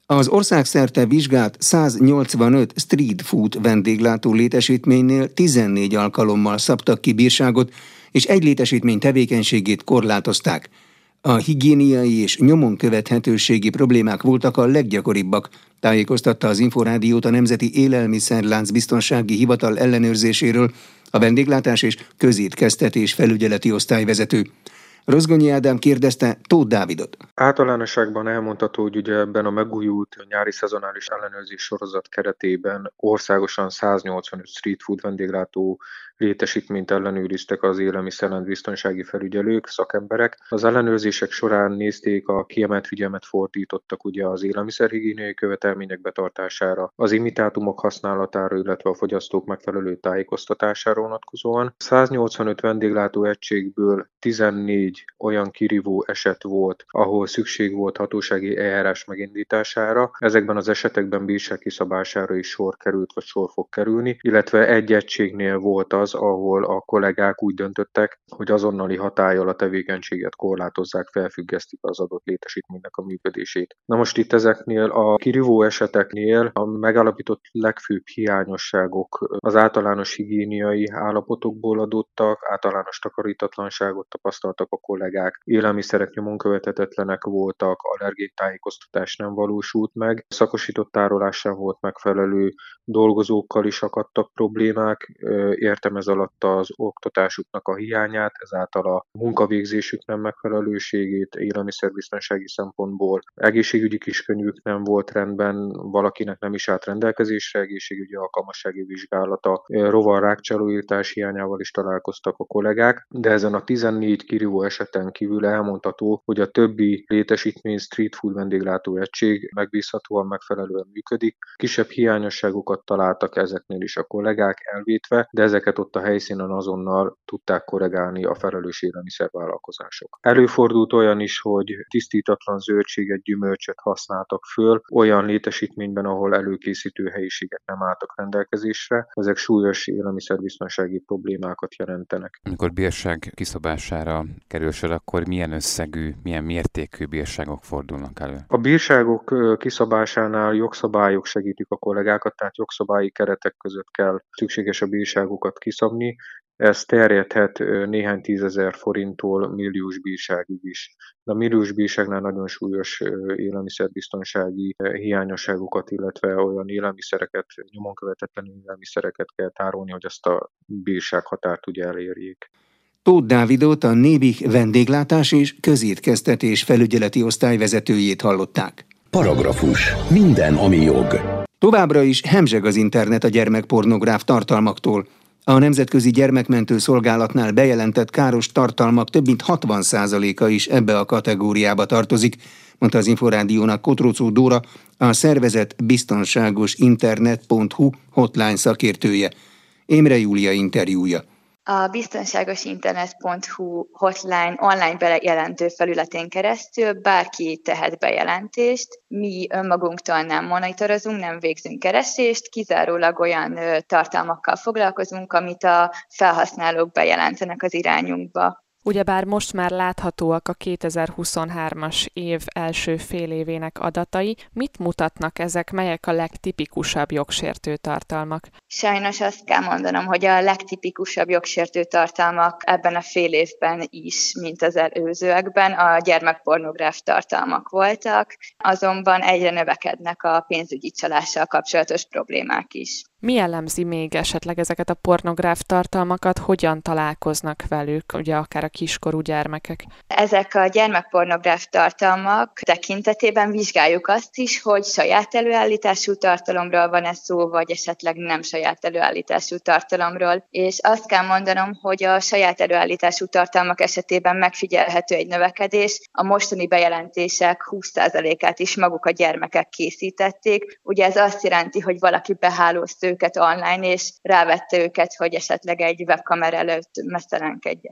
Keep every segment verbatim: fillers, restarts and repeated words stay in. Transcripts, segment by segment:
Az országszerte vizsgált száznyolcvanöt street food vendéglátó létesítménynél tizennégy alkalommal szabtak ki bírságot, és egy létesítmény tevékenységét korlátozták. A higiéniai és nyomon követhetőségi problémák voltak a leggyakoribbak, tájékoztatta az Inforádiót a Nemzeti Élelmiszerlánc Biztonsági Hivatal ellenőrzéséről a vendéglátás és közétkeztetés felügyeleti osztályvezető. Rozgonyi Ádám kérdezte Tóth Dávidot. Általánosságban elmondható, hogy ugye ebben a megújult nyári szezonális ellenőrzés sorozat keretében országosan száznyolcvanöt street food vendéglátó létesítményt ellenőriztek az élelmiszerlánc biztonsági felügyelők, szakemberek. Az ellenőrzések során nézték, a kiemelt figyelmet fordítottak ugye az élelmiszerhigiéniai követelmények betartására, az imitátumok használatára, illetve a fogyasztók megfelelő tájékoztatására vonatkozóan. száznyolcvanöt vendéglátó egységből tizennégy olyan kirívó eset volt, ahol szükség volt hatósági eljárás megindítására. Ezekben az esetekben bírság kiszabására is sor került, vagy sor fog kerülni, illetve egy egységnél volt az, ahol a kollégák úgy döntöttek, hogy azonnali hatállyal a tevékenységet korlátozzák, felfüggesztik az adott létesítménynek a működését. Na most itt ezeknél a kirívó eseteknél a megállapított legfőbb hiányosságok az általános higiéniai állapotokból adottak, általános takarítatlanságot tapasztaltak a kollégák, élelmiszerek nyomon követhetetlenek voltak, allergéntájékoztatás nem valósult meg, szakosított tárolás sem volt megfelelő, dolgozókkal is akadtak problémák, értem ez alatt az oktatásuknak a hiányát, ezáltal a munkavégzésük nem megfelelőségét, élelmiszerbiztonsági szempontból egészségügyi kiskönyvük nem volt rendben, valakinek nem is állt rendelkezésre egészségügyi alkalmassági vizsgálata, rovar-rákcsálóirtás hiányával is találkoztak a kollégák, de ezen a tizennégy kirívó eseten kívül elmondható, hogy a többi létesítmény street food vendéglátó egység megbízhatóan megfelelően működik. Kisebb hiányosságokat találtak ezeknél is a kollégák elvétve, de ezeket ott a helyszínen azonnal tudták korrigálni a felelős élelmiszervállalkozások. Előfordult olyan is, hogy tisztítatlan zöldséget, gyümölcsöt használtak föl olyan létesítményben, ahol előkészítő helyiségek nem álltak rendelkezésre. Ezek súlyos élelmiszerbiztonsági problémákat jelentenek. Amikor bírság kiszabására kerül sor, akkor milyen összegű, milyen mértékű bírságok fordulnak elő? A bírságok kiszabásánál jogszabályok segítik a kollégákat, tehát jogszabályi keretek között kell szükséges a bírságokat kiszabni. Ez terjedhet néhány tízezer forinttól milliós bírságig is. De a milliós bírságnál nagyon súlyos élelmiszerbiztonsági hiányosságokat, illetve olyan élelmiszereket, nyomon követhetetlen élelmiszereket kell tárolni, hogy ezt a bírsághatárt ugye elérjék. Tóth Dávidot, a Nébih vendéglátás és közétkeztetés felügyeleti osztályvezetőjét hallották. Paragrafus. Minden, ami jog. Továbbra is hemzseg az internet a gyermekpornográf tartalmaktól. A Nemzetközi Gyermekmentő Szolgálatnál bejelentett káros tartalmak több mint hatvan százaléka is ebbe a kategóriába tartozik, mondta az Inforádiónak Kotrocó Dóra, a szervezet biztonságos internet pont hu hotline szakértője. Émre Júlia interjúja. A biztonságos internet pont hu hotline online bejelentő felületén keresztül bárki tehet bejelentést. Mi önmagunktól nem monitorozunk, nem végzünk keresést, kizárólag olyan tartalmakkal foglalkozunk, amit a felhasználók bejelentenek az irányunkba. Ugyebár most már láthatóak a kétezer-huszonhármas év első fél évének adatai. Mit mutatnak ezek, melyek a legtipikusabb jogsértő tartalmak? Sajnos azt kell mondanom, hogy a legtipikusabb jogsértő tartalmak ebben a fél évben is, mint az előzőekben, a gyermekpornográf tartalmak voltak, azonban egyre növekednek a pénzügyi csalással kapcsolatos problémák is. Mi jellemzi még esetleg ezeket a pornográf tartalmakat, hogyan találkoznak velük, ugye akár a kiskorú gyermekek? Ezek a gyermekpornográf tartalmak tekintetében vizsgáljuk azt is, hogy saját előállítású tartalomról van-e szó, vagy esetleg nem saját előállítású tartalomról. És azt kell mondanom, hogy a saját előállítású tartalmak esetében megfigyelhető egy növekedés. A mostani bejelentések húsz százalékát is maguk a gyermekek készítették. Ugye ez azt jelenti, hogy valaki behálózta őket online, és rávette őket, hogy esetleg egy webkamera előtt mesztelenkedjenek.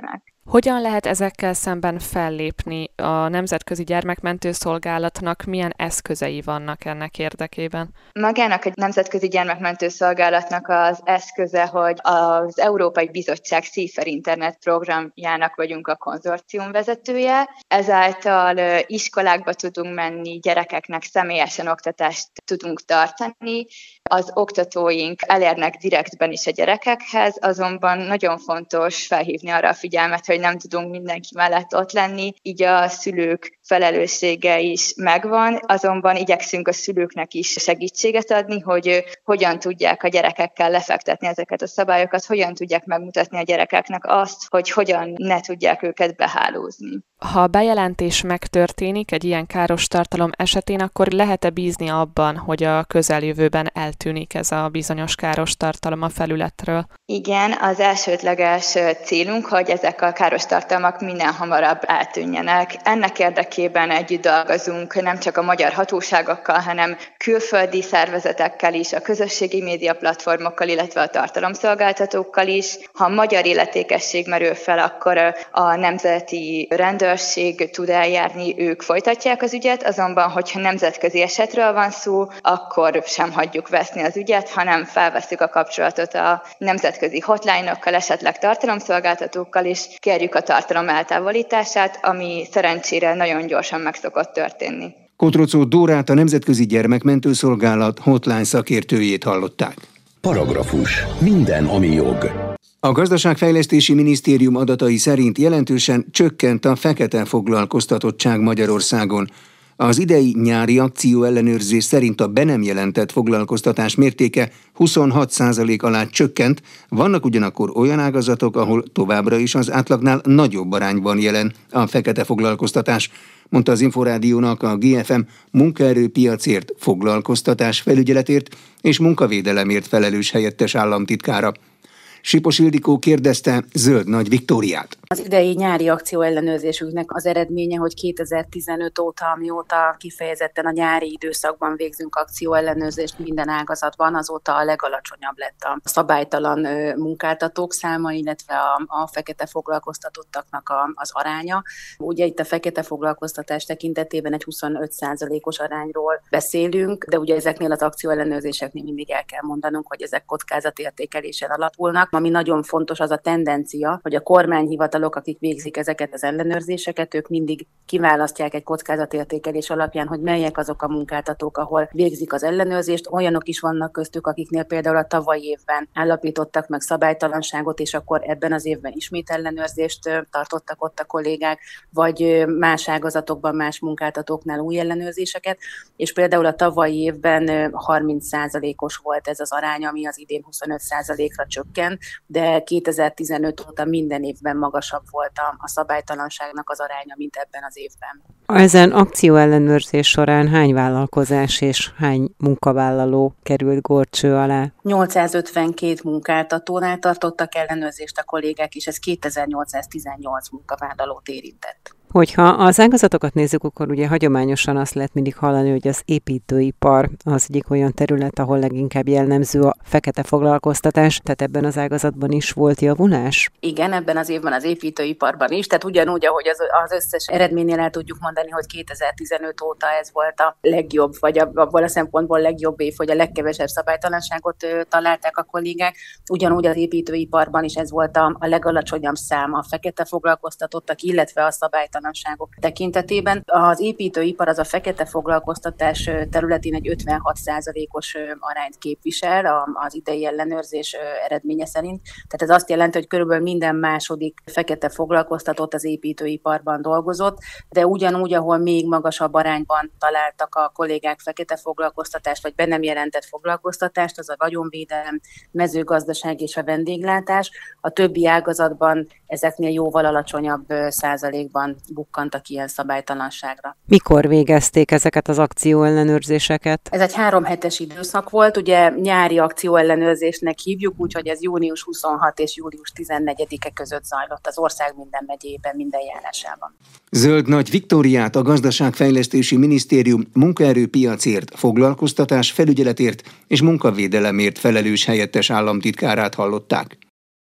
Hogyan lehet ezekkel szemben fellépni? A Nemzetközi Gyermekmentő Szolgálatnak milyen eszközei vannak ennek érdekében? Magának a Nemzetközi Gyermekmentő Szolgálatnak az eszköze, hogy az Európai Bizottság Safer Internet programjának vagyunk a konzorcium vezetője. Ezáltal iskolákba tudunk menni, gyerekeknek személyesen oktatást tudunk tartani. Az oktatóink elérnek direktben is a gyerekekhez, azonban nagyon fontos felhívni arra a figyelmet, hogy nem tudunk mindenki mellett ott lenni, így a szülők felelőssége is megvan, azonban igyekszünk a szülőknek is segítséget adni, hogy hogyan tudják a gyerekekkel lefektetni ezeket a szabályokat, hogyan tudják megmutatni a gyerekeknek azt, hogy hogyan ne tudják őket behálózni. Ha a bejelentés megtörténik egy ilyen káros tartalom esetén, akkor lehet-e bízni abban, hogy a közeljövőben eltűnik ez a bizonyos káros tartalom a felületről? Igen, az elsődleges célunk, hogy ezek a káros tartalmak minél hamarabb eltűnjenek. Ennek érdekében együtt dolgozunk nem csak a magyar hatóságokkal, hanem külföldi szervezetekkel is, a közösségi média platformokkal, illetve a tartalomszolgáltatókkal is. Ha magyar illetékesség merül fel, akkor a nemzeti rendőrség tud eljárni, ők folytatják az ügyet, azonban, hogyha nemzetközi esetről van szó, akkor sem hagyjuk veszni az ügyet, hanem felveszünk a kapcsolatot a nemzetközi hotline-okkal, esetleg tartalomszolgáltatókkal, és kérjük a tartalom eltávolítását, ami szerencsére nagyon gyorsan meg szokott történni. Kotrocó Dórát, a Nemzetközi Gyermekmentő Szolgálat hotline szakértőjét hallották. Paragrafus. Minden, ami jog. A Gazdaságfejlesztési Minisztérium adatai szerint jelentősen csökkent a fekete foglalkoztatottság Magyarországon. Az idei nyári akcióellenőrzés szerint a be nem jelentett foglalkoztatás mértéke huszonhat százalék alá csökkent, vannak ugyanakkor olyan ágazatok, ahol továbbra is az átlagnál nagyobb arányban jelen a fekete foglalkoztatás, mondta az Inforádiónak a gé ef em munkaerőpiacért, foglalkoztatás felügyeletért és munkavédelemért felelős helyettes államtitkára. Sipos Ildikó kérdezte Zöld Nagy Viktóriát. Az idei nyári akcióellenőrzésünknek az eredménye, hogy kétezer-tizenöt óta, amióta kifejezetten a nyári időszakban végzünk akcióellenőrzést minden ágazatban, azóta a legalacsonyabb lett a szabálytalan munkáltatók száma, illetve a, a fekete foglalkoztatottaknak a, az aránya. Ugye itt a fekete foglalkoztatás tekintetében egy huszonöt százalékos arányról beszélünk, de ugye ezeknél az akcióellenőrzéseknél mindig el kell mondanunk, hogy ezek kockázatértékelésen alapulnak. Ami nagyon fontos, az a tendencia, hogy a kormányhivatalok, akik végzik ezeket az ellenőrzéseket, ők mindig kiválasztják egy kockázatértékelés alapján, hogy melyek azok a munkáltatók, ahol végzik az ellenőrzést. Olyanok is vannak köztük, akiknél például a tavalyi évben állapítottak meg szabálytalanságot, és akkor ebben az évben ismét ellenőrzést tartottak ott a kollégák, vagy más ágazatokban, más munkáltatóknál új ellenőrzéseket, és például a tavalyi évben harminc százalékos volt ez az arány, ami az idén huszonöt százalékra csökkent, de kétezer-tizenöt óta minden évben magasabb volt a, a szabálytalanságnak az aránya, mint ebben az évben. Ezen akcióellenőrzés során hány vállalkozás és hány munkavállaló került górcső alá? nyolcszázötvenkét munkáltatónál tartottak ellenőrzést a kollégák, és ez kétezer-nyolcszáztizennyolc munkavállalót érintett. Hogyha az ágazatokat nézzük, akkor ugye hagyományosan azt lehet mindig hallani, hogy az építőipar az egyik olyan terület, ahol leginkább jellemző a fekete foglalkoztatás, tehát ebben az ágazatban is volt javulás? Igen, ebben az évben az építőiparban is, tehát ugyanúgy, ahogy az, az összes eredménynél el tudjuk mondani, hogy kétezer-tizenöt óta ez volt a legjobb, vagy abból a szempontból legjobb év, hogy a legkevesebb szabálytalanságot ö, találták a kollégák. Ugyanúgy az építőiparban is ez volt a, a legalacsonyabb szám a fekete foglalkoztatottak, illetve a szabálytalanságok tekintetében. Az építőipar az a fekete foglalkoztatás területén egy ötvenhat százalékos arányt képvisel az idei ellenőrzés eredménye szerint. Tehát ez azt jelenti, hogy körülbelül minden második fekete foglalkoztatott az építőiparban dolgozott, de ugyanúgy, ahol még magasabb arányban találtak a kollégák fekete foglalkoztatást, vagy be nem jelentett foglalkoztatást, az a vagyonvédelem, mezőgazdaság és a vendéglátás. A többi ágazatban ezeknél jóval alacsonyabb százalékban bukkantak ilyen szabálytalanságra. Mikor végezték ezeket az akcióellenőrzéseket? Ez egy három hetes időszak volt, ugye nyári akcióellenőrzésnek hívjuk, úgyhogy ez június huszonhatodika és július tizennegyedike között zajlott az ország minden megyében, minden járásában. Zöld Nagy Viktóriát, a Gazdaságfejlesztési Minisztérium munkaerőpiacért, foglalkoztatás felügyeletért és munkavédelemért felelős helyettes államtitkárát hallották.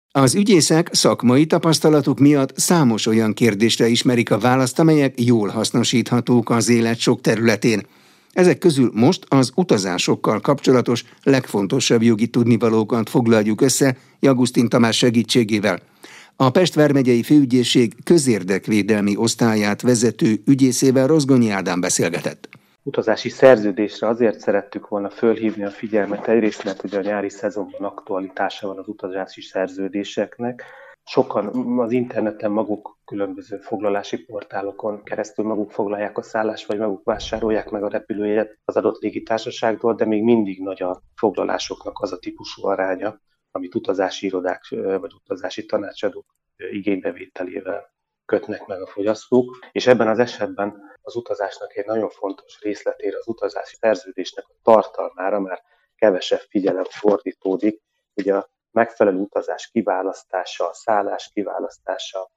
Az ügyészek szakmai tapasztalatuk miatt számos olyan kérdésre ismerik a választ, amelyek jól hasznosíthatók az élet sok területén. Ezek közül most az utazásokkal kapcsolatos legfontosabb jogi tudnivalókat foglaljuk össze Augustin Tamás segítségével. A Pest vármegyei főügyészség közérdekvédelmi osztályát vezető ügyészével Rozgonyi Ádám beszélgetett. Utazási szerződésre azért szerettük volna fölhívni a figyelmet egyrészt, mert ugye a nyári szezonban aktualitása van az utazási szerződéseknek. Sokan az interneten maguk különböző foglalási portálokon keresztül maguk foglalják a szállást, vagy maguk vásárolják meg a repülőjegyet az adott légitársaságtól, de még mindig nagy a foglalásoknak az a típusú aránya, amit utazási irodák vagy utazási tanácsadók igénybevételével kötnek meg a fogyasztók, és ebben az esetben az utazásnak egy nagyon fontos részletére, az utazási szerződésnek a tartalmára már kevesebb figyelem fordítódik. Ugye a megfelelő utazás kiválasztása, a szállás kiválasztása,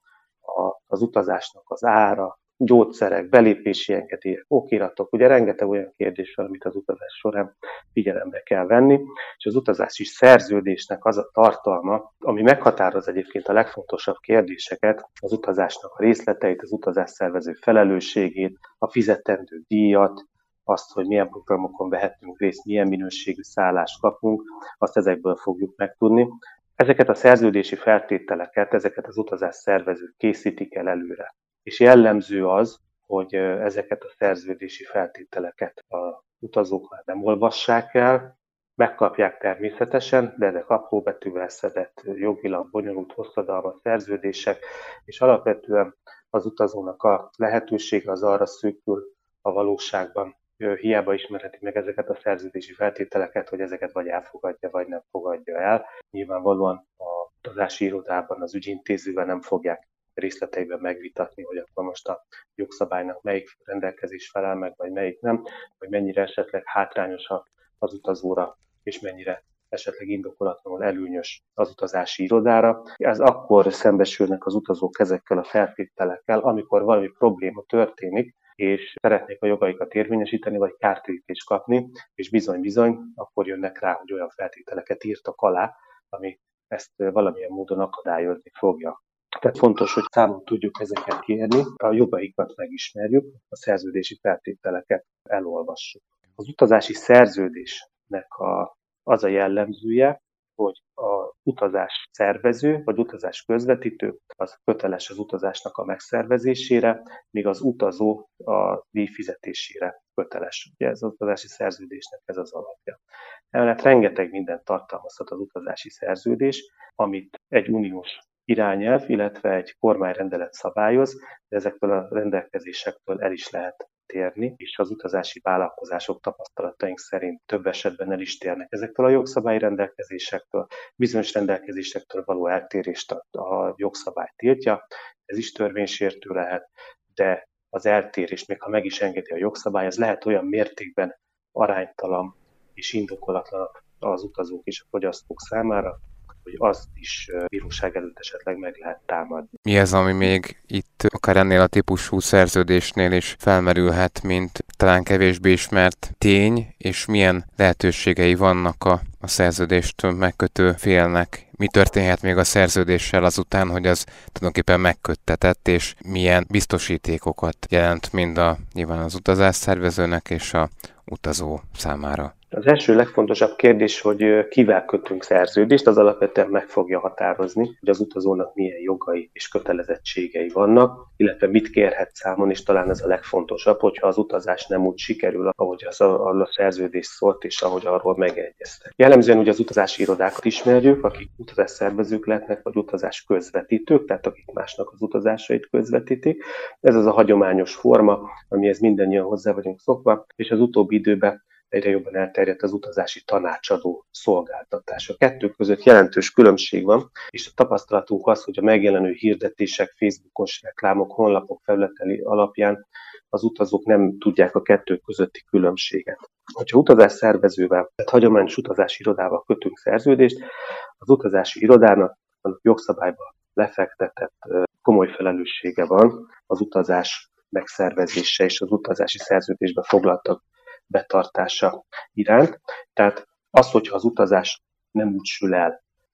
az utazásnak az ára, gyógyszerek, belépési engedélyek, okiratok, ugye rengeteg olyan kérdés van, amit az utazás során figyelembe kell venni, és az utazási szerződésnek az a tartalma, ami meghatároz egyébként a legfontosabb kérdéseket, az utazásnak a részleteit, az utazásszervező felelősségét, a fizetendő díjat, azt, hogy milyen programokon vehetünk részt, milyen minőségű szállást kapunk, azt ezekből fogjuk megtudni. Ezeket a szerződési feltételeket, ezeket az utazásszervezők készítik el előre. És jellemző az, hogy ezeket a szerződési feltételeket az utazók már nem olvassák el, megkapják természetesen, de ezek apróbetűvel szedett, jogilag bonyolult, hosszadalmas szerződések, és alapvetően az utazónak a lehetősége az arra szűkül a valóságban, hiába ismerheti meg ezeket a szerződési feltételeket, hogy ezeket vagy elfogadja, vagy nem fogadja el. Nyilvánvalóan a utazási irodában az ügyintézővel nem fogják részleteiben megvitatni, hogy akkor most a jogszabálynak melyik rendelkezés felel meg, vagy melyik nem, vagy mennyire esetleg hátrányos az utazóra, és mennyire esetleg indokolatlanul előnyös az utazási irodára. Ez akkor szembesülnek az utazók ezekkel a feltételekkel, amikor valami probléma történik, és szeretnék a jogaikat érvényesíteni, vagy kártérítést kapni, és bizony-bizony, akkor jönnek rá, hogy olyan feltételeket írtak alá, ami ezt valamilyen módon akadályozni fogja. Tehát fontos, hogy számon tudjuk ezeket kérni, a jogaikat megismerjük, a szerződési feltételeket elolvassuk. Az utazási szerződésnek a, az a jellemzője, hogy az utazás szervező, vagy utazás közvetítő, az köteles az utazásnak a megszervezésére, míg az utazó a díj fizetésére köteles. Ugye ez az utazási szerződésnek ez az alapja. Emellett rengeteg mindent tartalmazhat az utazási szerződés, amit egy uniós irányelv, illetve egy kormányrendelet szabályoz, de ezektől a rendelkezésektől el is lehet térni, és az utazási vállalkozások tapasztalataink szerint több esetben el is térnek ezektől a jogszabályi rendelkezésektől, bizonyos rendelkezésektől való eltérést a jogszabály tiltja, ez is törvénysértő lehet, de az eltérés, még ha meg is engedi a jogszabály, ez lehet olyan mértékben aránytalan és indokolatlan az utazók és a fogyasztók számára, hogy azt is bíróság előtt esetleg meg lehet támadni. Mi az, ami még itt akár ennél a típusú szerződésnél is felmerülhet, mint talán kevésbé ismert tény, és milyen lehetőségei vannak a, a szerződést megkötő félnek? Mi történhet még a szerződéssel azután, hogy az tulajdonképpen megköttetett, és milyen biztosítékokat jelent mind a, nyilván az utazásszervezőnek és a utazó számára? Az első legfontosabb kérdés, hogy kivel kötünk szerződést, az alapvetően meg fogja határozni, hogy az utazónak milyen jogai és kötelezettségei vannak, illetve mit kérhet számon, és talán ez a legfontosabb, hogyha az utazás nem úgy sikerül, ahogy az a, a szerződés szólt, és ahogy arról megegyeztek. Jellemzően ugye az utazási irodákat ismerjük, akik utazásszervezők lehetnek, vagy utazás közvetítők, tehát akik másnak az utazásait közvetítik. Ez az a hagyományos forma, amihez mindannyian hozzá vagyunk szokva, és az utóbbi időben egyre jobban elterjedt az utazási tanácsadó szolgáltatás. A kettő között jelentős különbség van, és a tapasztalatunk az, hogy a megjelenő hirdetések, Facebookos reklámok, honlapok felületeli alapján az utazók nem tudják a kettő közötti különbséget. Ha utazás szervezővel, tehát hagyományos utazási irodával kötünk szerződést, az utazási irodának a jogszabályban lefektetett komoly felelőssége van az utazás megszervezése és az utazási szerződésbe foglaltak betartása iránt. Tehát az, hogyha az utazás nem úgy sül el,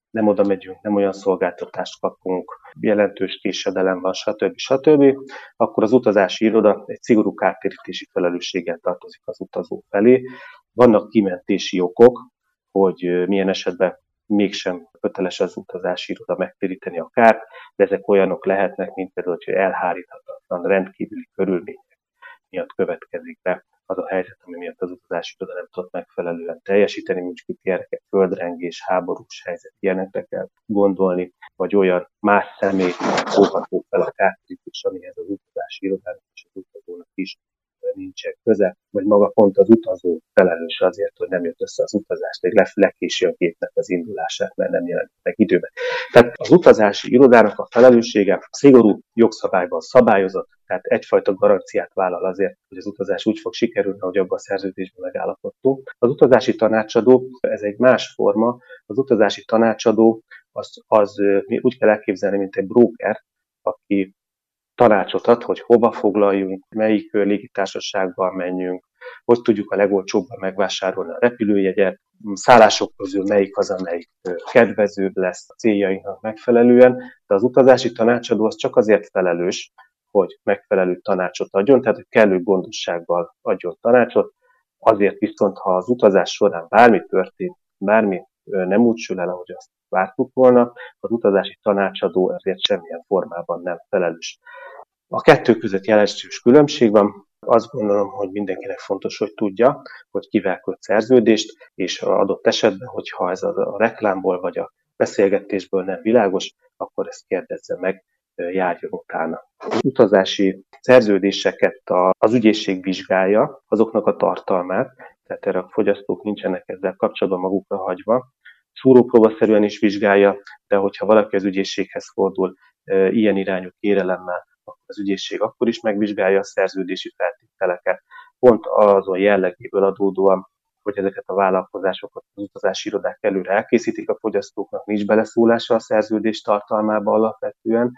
nem oda megyünk, nem olyan szolgáltatást kapunk, jelentős késedelem van, stb. stb., akkor az utazási iroda egy szigorú kártérítési felelősséggel tartozik az utazó felé. Vannak kimentési okok, hogy milyen esetben mégsem köteles az utazási iroda megtéríteni a kárt, de ezek olyanok lehetnek, mint például, hogy elháríthatatlan rendkívüli körülmények miatt következik be az a helyzet, ami miatt az utazási iroda nem tudott megfelelően teljesíteni, mint itt ilyeneket, földrengés, háborús helyzet, ilyenekre kell gondolni, vagy olyan más személy fogható fel a kártérítés, amihez az utazási irodának és az utazónak is nincsen köze, vagy maga pont az utazó felelős azért, hogy nem jött össze az utazást, vagy lekési a gépnek az indulását, mert nem jelent meg időben. Tehát az utazási irodának a felelőssége szigorú jogszabályban szabályozott, tehát egyfajta garanciát vállal azért, hogy az utazás úgy fog sikerülni, ahogy abban a szerződésben megállapodtunk. Az utazási tanácsadó, ez egy más forma, az utazási tanácsadó az, az úgy kell elképzelni, mint egy broker, aki tanácsot ad, hogy hova foglaljunk, melyik légitársaságban menjünk, hogy tudjuk a legolcsóbban megvásárolni a repülőjegyet, szállások közül melyik az, amelyik kedvezőbb lesz a céljainknak megfelelően, de az utazási tanácsadó az csak azért felelős, hogy megfelelő tanácsot adjon, tehát hogy kellő gondossággal adjon tanácsot, azért viszont, ha az utazás során bármi történt, bármi nem úgy sül el, ahogy azt vártuk volna, az utazási tanácsadó ezért semmilyen formában nem felelős. A kettő között jelentős különbség van. Azt gondolom, hogy mindenkinek fontos, hogy tudja, hogy kivel köt szerződést, és adott esetben, hogyha ez a reklámból vagy a beszélgetésből nem világos, akkor ezt kérdezze meg, járjon utána. Az utazási szerződéseket az ügyészség vizsgálja, azoknak a tartalmát, tehát erre a fogyasztók nincsenek ezzel kapcsolatban magukra hagyva. Szúrópróbaszerűen is vizsgálja, de hogyha valaki az ügyészséghez fordul ilyen irányú kérelemmel, akkor az ügyészség akkor is megvizsgálja a szerződési feltételeket. Pont azon jellegéből adódóan, hogy ezeket a vállalkozásokat az utazási irodák előre elkészítik, a fogyasztóknak nincs beleszólása a szerződés tartalmába alapvetően.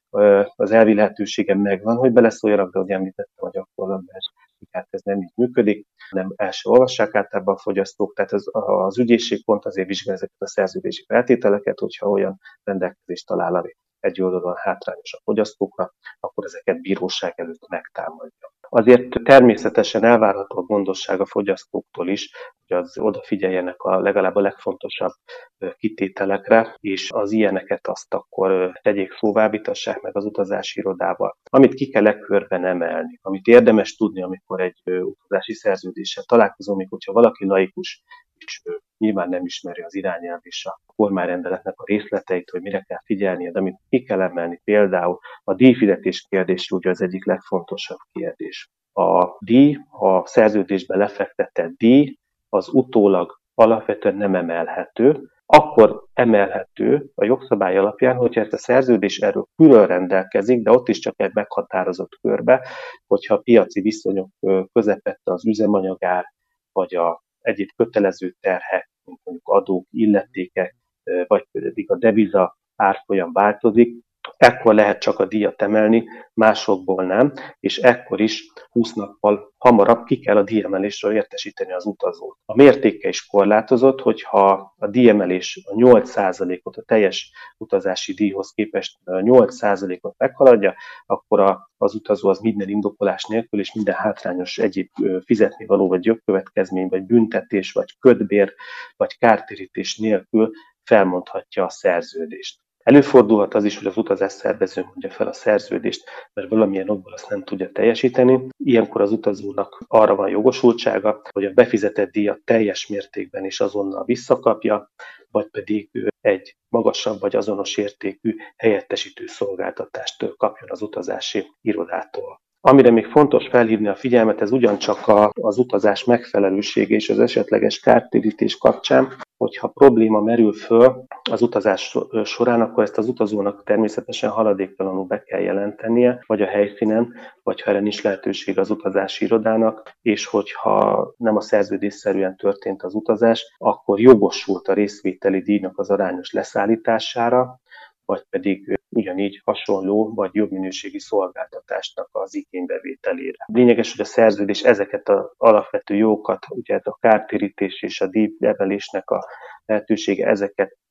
Az elvi lehetősége megvan, hogy beleszóljanak, de ahogy említettem, a gyakorlatban hát ez nem így működik, nem el se olvassák általában a fogyasztók, tehát az, az ügyészség pont azért vizsgál ezeket a szerződési feltételeket, hogyha olyan rendelkezést talál, ami egy oldalon hátrányos a fogyasztókra, akkor ezeket bíróság előtt megtámadja. Azért természetesen elvárható a gondosság a fogyasztóktól is, hogy az odafigyeljenek a legalább a legfontosabb kitételekre, és az ilyeneket azt akkor tegyék szóvá, vitassák meg az utazási irodával. Amit ki kell legkörben emelni, amit érdemes tudni, amikor egy utazási szerződéssel találkozom, még hogyha valaki laikus, és nyilván nem ismeri az irányelv és a kormányrendeletnek a részleteit, hogy mire kell figyelnie, de amit ki kell emelni, például a díjfizetés kérdés ugye az egyik legfontosabb kérdés. A díj, a szerződésben lefektetett díj, az utólag alapvetően nem emelhető, akkor emelhető a jogszabály alapján, hogyha ezt a szerződés erről külön rendelkezik, de ott is csak egy meghatározott körbe, hogyha a piaci viszonyok közepette az üzemanyagár, vagy a egyéb kötelező terhek, mint mondjuk adók, illetékek, vagy pedig a deviza árfolyam változik, ekkor lehet csak a díjat emelni, másokból nem, és ekkor is húsz nappal hamarabb ki kell a díjemelésről értesíteni az utazót. A mértéke is korlátozott, hogyha a díjemelés a nyolc százalékot a teljes utazási díjhoz képest nyolc százalékot meghaladja, akkor a, az utazó az minden indokolás nélkül és minden hátrányos egyéb fizetni való vagy jogkövetkezmény, vagy büntetés, vagy kötbér, vagy kártérítés nélkül felmondhatja a szerződést. Előfordulhat az is, hogy az utazás szervező mondja fel a szerződést, mert valamilyen okból azt nem tudja teljesíteni. Ilyenkor az utazónak arra van jogosultsága, hogy a befizetett díjat teljes mértékben és azonnal visszakapja, vagy pedig egy magasabb vagy azonos értékű helyettesítő szolgáltatást kapjon az utazási irodától. Amire még fontos felhívni a figyelmet, ez ugyancsak a, az utazás megfelelősége és az esetleges kártérítés kapcsán, hogyha probléma merül föl az utazás során, akkor ezt az utazónak természetesen haladéktalanul be kell jelentenie, vagy a helyszínen, vagy ha erre nincs lehetőség az utazási irodának, és hogyha nem a szerződésszerűen történt az utazás, akkor jogosult a részvételi díjnak az arányos leszállítására, vagy pedig ugyanígy hasonló vagy jobb minőségi szolgáltatásnak az igénybevételére. Lényeges, hogy a szerződés ezeket az alapvető jogokat, ugye a kártérítés és a díjemelésnek a lehetősége, ezeket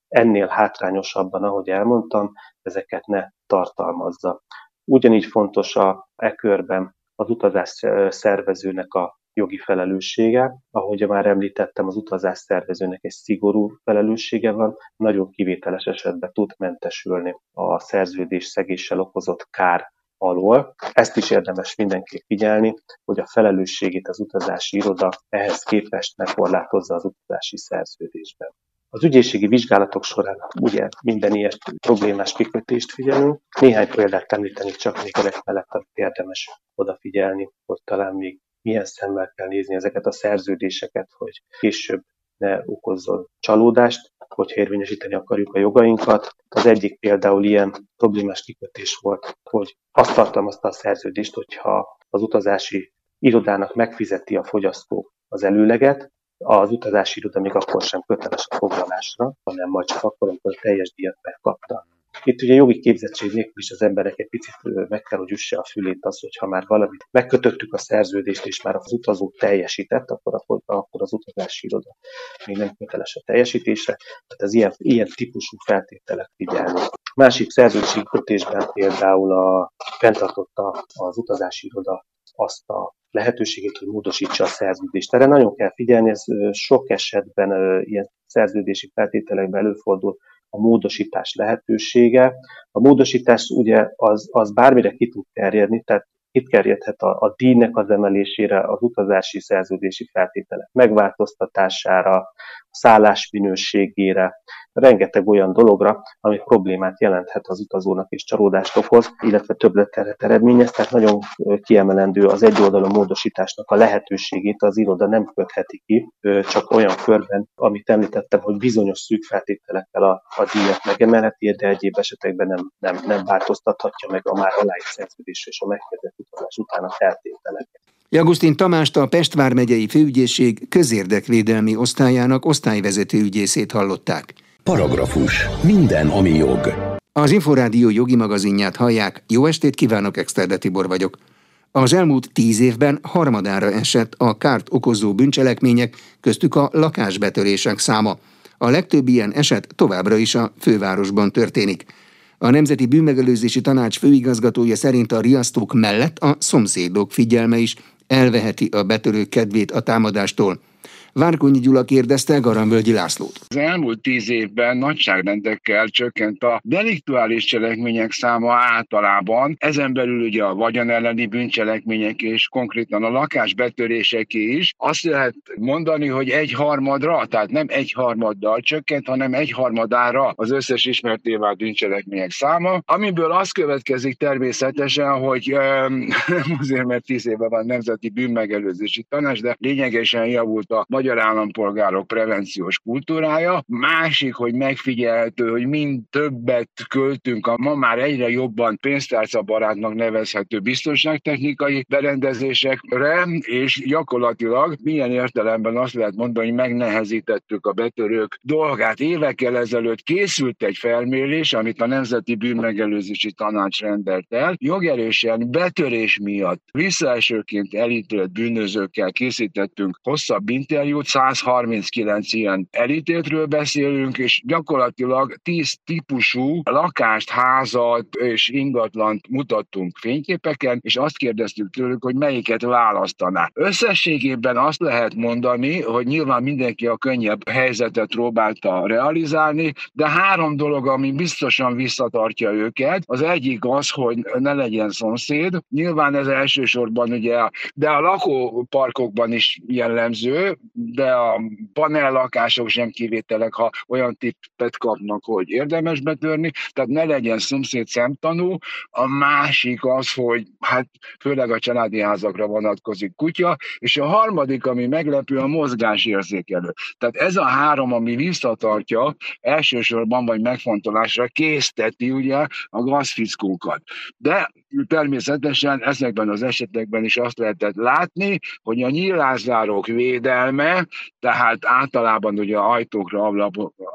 ennél hátrányosabban, ahogy elmondtam, ezeket ne tartalmazza. Ugyanígy fontos a e körben az utazás szervezőnek a jogi felelőssége. Ahogy már említettem, az utazás szervezőnek egy szigorú felelőssége van, nagyon kivételes esetben tud mentesülni a szerződés szegéssel okozott kár alól. Ezt is érdemes mindenképp figyelni, hogy a felelősségét az utazási iroda ehhez képest ne korlátozza az utazási szerződésben. Az ügyészségi vizsgálatok során ugye minden ilyen problémás kikötést figyelünk. Néhány példát említenék csak még ezek mellett, amit érdemes odafigyelni, hogy talán még milyen szemmel kell nézni ezeket a szerződéseket, hogy később ne okozzon csalódást, hogyha érvényesíteni akarjuk a jogainkat. Az egyik például ilyen problémás kikötés volt, hogy azt tartalmazta a szerződést, hogyha az utazási irodának megfizeti a fogyasztó az előleget, az utazási iroda még akkor sem köteles a foglalásra, hanem majd csak akkor, amikor a teljes díjat megkapta. Itt ugye jogi képzettség nélkül is az emberek egy picit meg kell, hogy üsse a fülét az, hogy ha már valamit megkötöttük a szerződést, és már az utazó teljesített, akkor, a, akkor az utazási iroda még nem köteles a teljesítésre. Tehát az ilyen, ilyen típusú feltételek figyelni. Másik szerződési kötésben például a, fenntartotta az utazási iroda azt a lehetőségét, hogy módosítsa a szerződést. Erre nagyon kell figyelni, ez sok esetben ilyen szerződési feltételekben előfordul a módosítás lehetősége. A módosítás ugye az, az bármire ki tud terjedni, tehát kiterjedhet a, a díjnek az emelésére, az utazási szerződési feltételek megváltoztatására, a szállás minőségére, rengeteg olyan dologra, ami problémát jelenthet az utazónak és csalódást okoz, illetve többletterhet eredményez, tehát nagyon kiemelendő az egyoldalú módosításnak a lehetőségét az iroda nem kötheti ki, csak olyan körben, amit említettem, hogy bizonyos szűk feltételekkel a, a díjat megemelheti, de egyéb esetekben nem, nem, nem változtathatja meg a már aláírt szerződés és a megkezdett utazás után a feltételeket. Jagustin Tamást, a Pest vármegyei főügyészség közérdekvédelmi osztályának osztályvezető ügyészét hallották. Paragrafus. Minden, ami jog. Az Inforádió jogi magazinját hallják. Jó estét kívánok, Exterde Tibor vagyok. Az elmúlt tíz évben harmadára esett a kárt okozó bűncselekmények, köztük a lakásbetörések száma. A legtöbb ilyen eset továbbra is a fővárosban történik. A Nemzeti Bűnmegelőzési Tanács főigazgatója szerint a riasztók mellett a szomszédok figyelme is elveheti a betörők kedvét a támadástól. Várkonyi Gyula kérdezte Garamvölgyi Lászlót. Az elmúlt tíz évben nagyságrendekkel csökkent a deliktuális cselekmények száma általában, ezen belül ugye a vagyon elleni bűncselekmények és konkrétan a lakásbetöréseké is. Azt lehet mondani, hogy egy harmadra, tehát nem egy harmaddal csökkent, hanem egy harmadára az összes ismerté vált bűncselekmények száma, amiből az következik természetesen, hogy öm, azért mert tíz éve van Nemzeti Bűnmegelőzési Tanács, de lényegesen javult a magyar állampolgárok prevenciós kultúrája. Másik, hogy megfigyelhető, hogy mind többet költünk a ma már egyre jobban pénztárcabarátnak nevezhető biztonságtechnikai berendezésekre, és gyakorlatilag milyen értelemben azt lehet mondani, hogy megnehezítettük a betörők dolgát. Évekkel ezelőtt készült egy felmérés, amit a Nemzeti Bűnmegelőzési Tanács rendelt el. Jogerősen betörés miatt visszaesőként elítélt bűnözőkkel készítettünk hosszabb interjút, száz harminckilenc ilyen elítéltről beszélünk, és gyakorlatilag tíz típusú lakást, házat és ingatlant mutattunk fényképeken, és azt kérdeztük tőlük, hogy melyiket választaná. Összességében azt lehet mondani, hogy nyilván mindenki a könnyebb helyzetet próbálta realizálni, de három dolog, ami biztosan visszatartja őket. Az egyik az, hogy ne legyen szomszéd. Nyilván ez elsősorban ugye, de a lakóparkokban is jellemző, de a panellakások sem kivételek, ha olyan tippet kapnak, hogy érdemes betörni, tehát ne legyen szomszéd szemtanú. A másik az, hogy hát főleg a családi házakra vonatkozik kutya, és a harmadik, ami meglepő, a mozgásérzékelő. Tehát ez a három, ami visszatartja, elsősorban vagy megfontolásra készteti ugye a gazfickókat. De természetesen ezekben az esetekben is azt lehetett látni, hogy a nyílászárók védelme, tehát általában ugye ajtókra,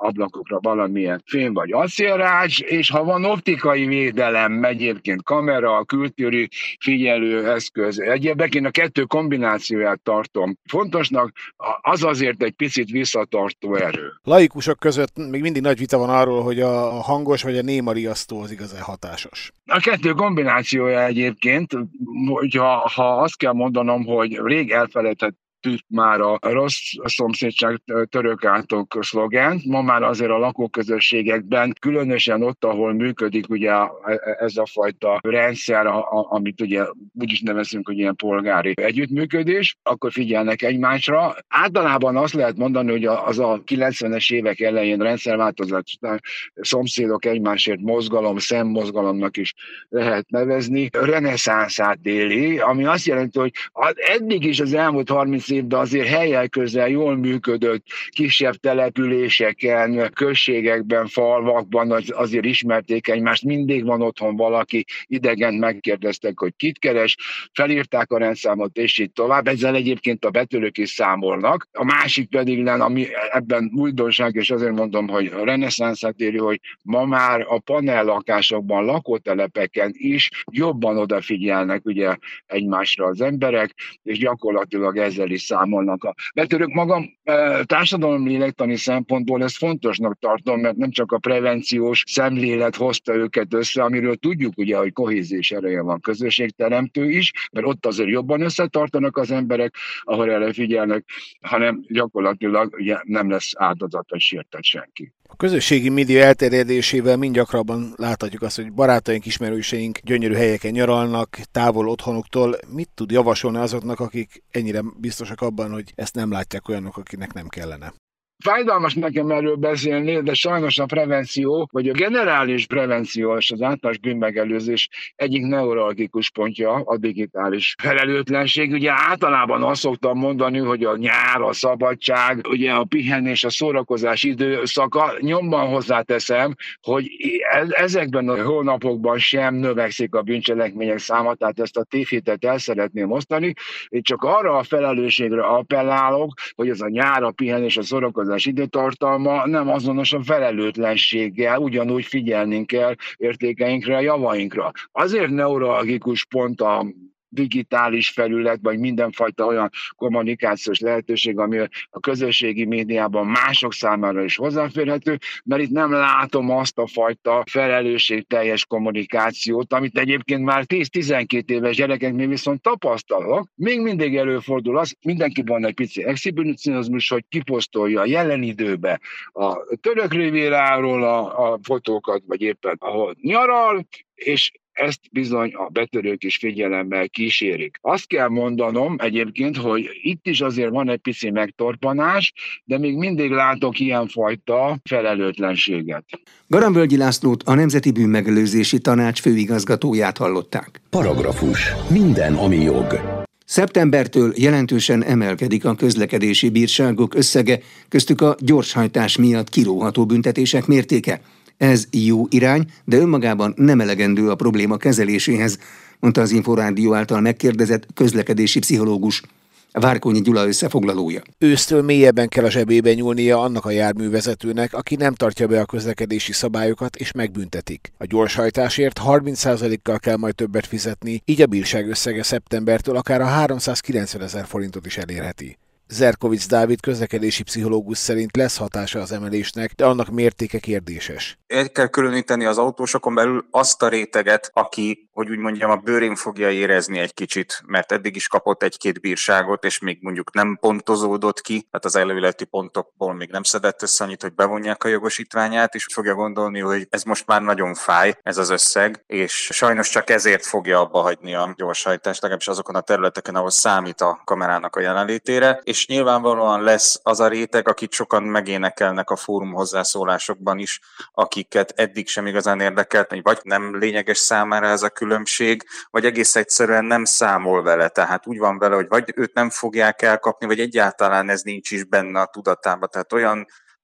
ablakokra valamilyen fém vagy acélrács, és ha van optikai védelem, egyébként kamera, kültéri figyelőeszköz, egyébként én a kettő kombinációját tartom fontosnak, az azért egy picit visszatartó erő. Laikusok között még mindig nagy vita van arról, hogy a hangos vagy a néma riasztó az igazán hatásos. A kettő kombinációja egyébként, hogyha ha azt kell mondanom, hogy rég elfelejtett már a rossz szomszédság törökátok szlogent. Ma már azért a lakóközösségekben, különösen ott, ahol működik ugye ez a fajta rendszer, amit ugye úgy is nevezünk, hogy ilyen polgári együttműködés, akkor figyelnek egymásra. Általában azt lehet mondani, hogy az a kilencvenes évek elején rendszerváltozás után szomszédok egymásért mozgalom, szemmozgalomnak is lehet nevezni, reneszánszát éli, ami azt jelenti, hogy eddig is az elmúlt harminc évben azért helyel közel jól működött kisebb településeken, községekben, falvakban az, azért ismerték egymást, mindig van otthon valaki, idegent megkérdeztek, hogy kit keres, felírták a rendszámot, és így tovább. Ezzel egyébként a betörők is számolnak. A másik pedig len, ami ebben újdonság, és azért mondom, hogy a reneszánszát éri, hogy ma már a panellakásokban, lakótelepeken is jobban odafigyelnek ugye egymásra az emberek, és gyakorlatilag ezzel is számolnak. A betörők magam társadalmi lélektani szempontból ezt fontosnak tartom, mert nem csak a prevenciós szemlélet hozta őket össze, amiről tudjuk ugye, hogy kohéziós ereje van, közösségteremtő is, mert ott azért jobban összetartanak az emberek, ahol erre figyelnek, hanem gyakorlatilag ugye nem lesz áldozata, sértett senki. A közösségi média elterjedésével mind gyakrabban láthatjuk azt, hogy barátaink, ismerőseink gyönyörű helyeken nyaralnak, távol otthonuktól. Mit tud javasolni azoknak, akik ennyire biztosak abban, hogy ezt nem látják olyanok, akinek nem kellene? Fájdalmas nekem erről beszélni, de sajnos a prevenció, vagy a generális prevenció és az általános bűnmegelőzés egyik neuralgikus pontja a digitális felelőtlenség. Ugye általában azt szoktam mondani, hogy a nyár, a szabadság, ugye a pihenés, a szórakozás időszaka. Nyomban hozzáteszem, hogy ezekben a hónapokban sem növekszik a bűncselekmények száma, tehát ezt a tévhitet el szeretném osztani. Én csak arra a felelősségre appellálok, hogy ez a nyár, a pihenés, a szórakozás időtartalma nem azonos a felelőtlenséggel, ugyanúgy figyelnünk kell értékeinkre, javainkra. Azért neuralgikus pont a digitális felület, vagy mindenfajta olyan kommunikációs lehetőség, ami a közösségi médiában mások számára is hozzáférhető, mert itt nem látom azt a fajta felelősségteljes kommunikációt, amit egyébként már tíz-tizenkét éves gyerekeknél viszont tapasztalok. Még mindig előfordul az, mindenki van egy pici exhibicionizmus, hogy kiposztolja a jelen időbe a török rivéráról a, a fotókat, vagy éppen ahol nyaral, és ezt bizony a betörők is figyelemmel kísérik. Azt kell mondanom egyébként, hogy itt is azért van egy pici megtorpanás, de még mindig látok ilyenfajta felelőtlenséget. Garambölgyi Lászlót, a Nemzeti Bűnmegelőzési Tanács főigazgatóját hallották. Paragrafus. Minden, ami jog. Szeptembertől jelentősen emelkedik a közlekedési bírságok összege, köztük a gyorshajtás miatt kiróható büntetések mértéke. Ez jó irány, de önmagában nem elegendő a probléma kezeléséhez, mondta az Inforádió által megkérdezett közlekedési pszichológus. Várkonyi Gyula összefoglalója. Ősztől mélyebben kell a zsebébe nyúlnia annak a járművezetőnek, aki nem tartja be a közlekedési szabályokat és megbüntetik. A gyorshajtásért harminc százalékkal kell majd többet fizetni, így a bírság összege szeptembertől akár a háromszázkilencven ezer forintot is elérheti. Zerkovics Dávid közlekedési pszichológus szerint lesz hatása az emelésnek, de annak mértéke kérdéses. El kell különíteni az autósokon belül azt a réteget, aki, hogy úgy mondjam, a bőrén fogja érezni egy kicsit, mert eddig is kapott egy-két bírságot, és még mondjuk nem pontozódott ki, tehát az előéleti pontokból még nem szedett össze annyit, hogy bevonják a jogosítványát, és fogja gondolni, hogy ez most már nagyon fáj, ez az összeg, és sajnos csak ezért fogja abba hagyni a gyorshajtást, legalábbis azokon a területeken, ahol számít a kamerának a jelenlétére, és és nyilvánvalóan lesz az a réteg, akit sokan megénekelnek a fórum hozzászólásokban is, akiket eddig sem igazán érdekelt, hogy vagy nem lényeges számára ez a különbség, vagy egész egyszerűen nem számol vele. Tehát úgy van vele, hogy vagy őt nem fogják elkapni, vagy egyáltalán ez nincs is benne a tudatában. Tehát olyan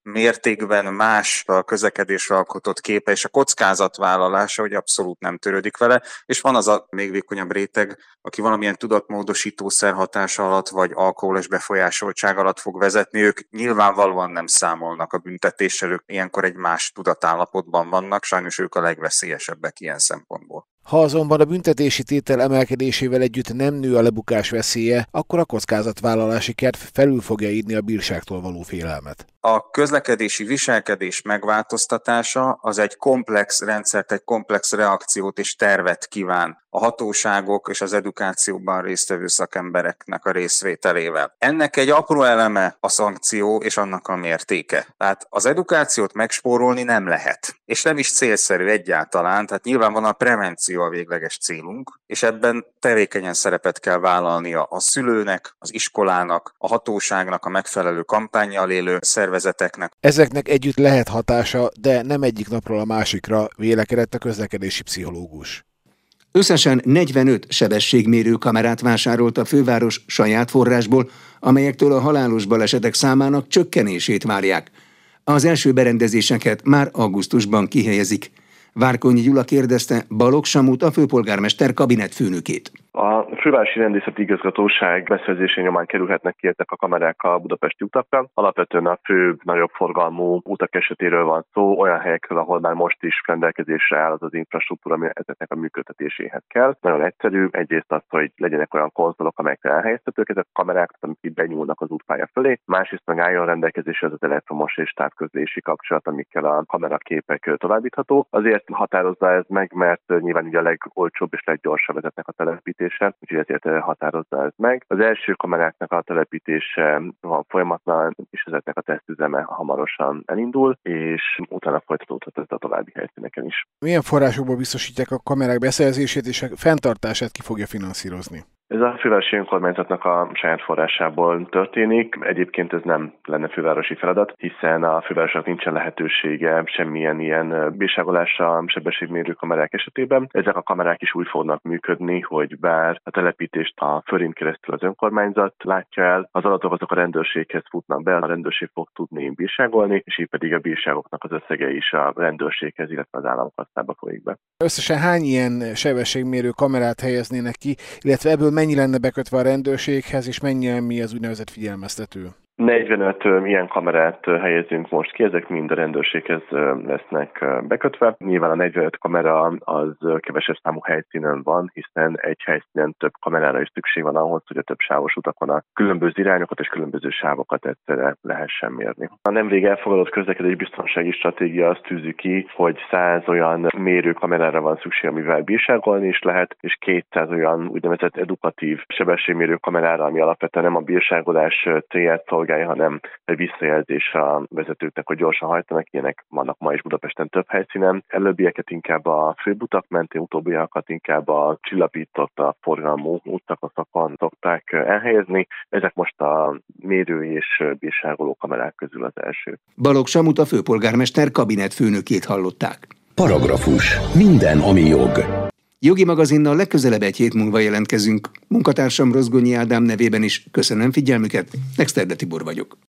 mértékben más a közlekedésre alkotott képe és a kockázatvállalása, hogy abszolút nem törődik vele, és van az a még vékonyabb réteg, aki valamilyen tudatmódosítószer hatása alatt vagy alkoholos befolyásoltság alatt fog vezetni, ők nyilvánvalóan nem számolnak a büntetéssel, ők ilyenkor egy más tudatállapotban vannak, sajnos ők a legveszélyesebbek ilyen szempontból. Ha azonban a büntetési tétel emelkedésével együtt nem nő a lebukás veszélye, akkor a kockázatvállalási kedv felül fogja írni a bírságtól való félelmet. A közlekedési viselkedés megváltoztatása az egy komplex rendszert, egy komplex reakciót és tervet kíván a hatóságok és az edukációban résztvevő szakembereknek a részvételével. Ennek egy apró eleme a szankció és annak a mértéke. Tehát az edukációt megspórolni nem lehet, és nem is célszerű egyáltalán, tehát nyilván van a prevenció a végleges célunk, és ebben tevékenyen szerepet kell vállalnia a szülőnek, az iskolának, a hatóságnak, a megfelelő kampánnyal élő szervezeteknek. Ezeknek együtt lehet hatása, de nem egyik napról a másikra, vélekedett a közlekedési pszichológus. Összesen negyvenöt sebességmérő kamerát vásárolt a főváros saját forrásból, amelyektől a halálos balesetek számának csökkenését várják. Az első berendezéseket már augusztusban kihelyezik. Várkonyi Gyula kérdezte Balogh Samut, a főpolgármester kabinetfőnökét. A Fővárosi Rendészeti Igazgatóság beszerzésén nyomán kerülhetnek ki ezek a kamerák a budapesti utakra. Alapvetően a fő, nagyobb forgalmú utak esetéről van szó, olyan helyekről, ahol már most is rendelkezésre áll az az infrastruktúra, ami ezeknek a működtetéséhez kell. Nagyon egyszerű, egyrészt az, hogy legyenek olyan konzolok, amelyekre elhelyeztetők ezek a kamerák, amik itt benyúlnak az útpálya fölé. Másrészt meg álljon rendelkezésre az az elektromos és távközlési kapcsolat, amikkel a kameraképek továbbíthatók. Azért határozza ez meg, mert nyilván ugye a legolcsóbb és leggyorsabb ezeknek a telepítés. Úgyhogy ezért határozza ez meg. Az első kameráknak a telepítése van folyamatban, és ezeknek a tesztüzeme hamarosan elindul, és utána folytatódhat ez a további helyszíneken is. Milyen forrásokból biztosítják a kamerák beszerzését és a fenntartását ki fogja finanszírozni? Ez a fővárosi önkormányzatnak a saját forrásából történik. Egyébként ez nem lenne fővárosi feladat, hiszen a fővárosnak nincsen lehetősége semmilyen ilyen bírságolásra sebességmérő kamerák esetében. Ezek a kamerák is úgy fognak működni, hogy bár a telepítést a fölén keresztül az önkormányzat látja el, az adatok azok a rendőrséghez futnak be, a rendőrség fog tudni bírságolni, és így pedig a bírságoknak az összege is a rendőrséghez, illetve az államkasszába folyik be. Összesen hány ilyen sebességmérő kamerát helyeznének ki, illetve ebből mennyi lenne bekötve a rendőrséghez, és mennyi mi az úgynevezett figyelmeztető? negyvenöt ilyen kamerát helyezünk most ki, ezek mind a rendőrséghez lesznek bekötve. Nyilván a negyvenöt kamera az kevesebb számú helyszínen van, hiszen egy helyszínen több kamerára is szükség van ahhoz, hogy a több sávos utakon a különböző irányokat és különböző sávokat egyszerre lehessen mérni. A nemrég elfogadott közlekedésbiztonsági stratégia azt tűzi ki, hogy száz olyan mérőkamerára van szükség, amivel bírságolni is lehet, és kétszáz olyan úgynevezett edukatív sebességmérő kamerára, ami alapvetően nem a bírságolás célját szolgálja, hanem egy visszajelzés a vezetőknek, hogy gyorsan hajtanak. Ilyenek vannak ma is Budapesten több helyszínen. Előbbieket inkább a főbutak mentén, utóbbiakat inkább a csillapított a forgalmú útszakaszokon szokták elhelyezni. Ezek most a mérő és bírságoló kamerák közül az első. Balogh Samut, a főpolgármester kabinetfőnökét hallották. Paragrafus. Minden, ami jog. Jogi magazinnal legközelebb egy hét múlva jelentkezünk. Munkatársam Rozgonyi Ádám nevében is köszönöm figyelmüket, Exterde Tibor vagyok.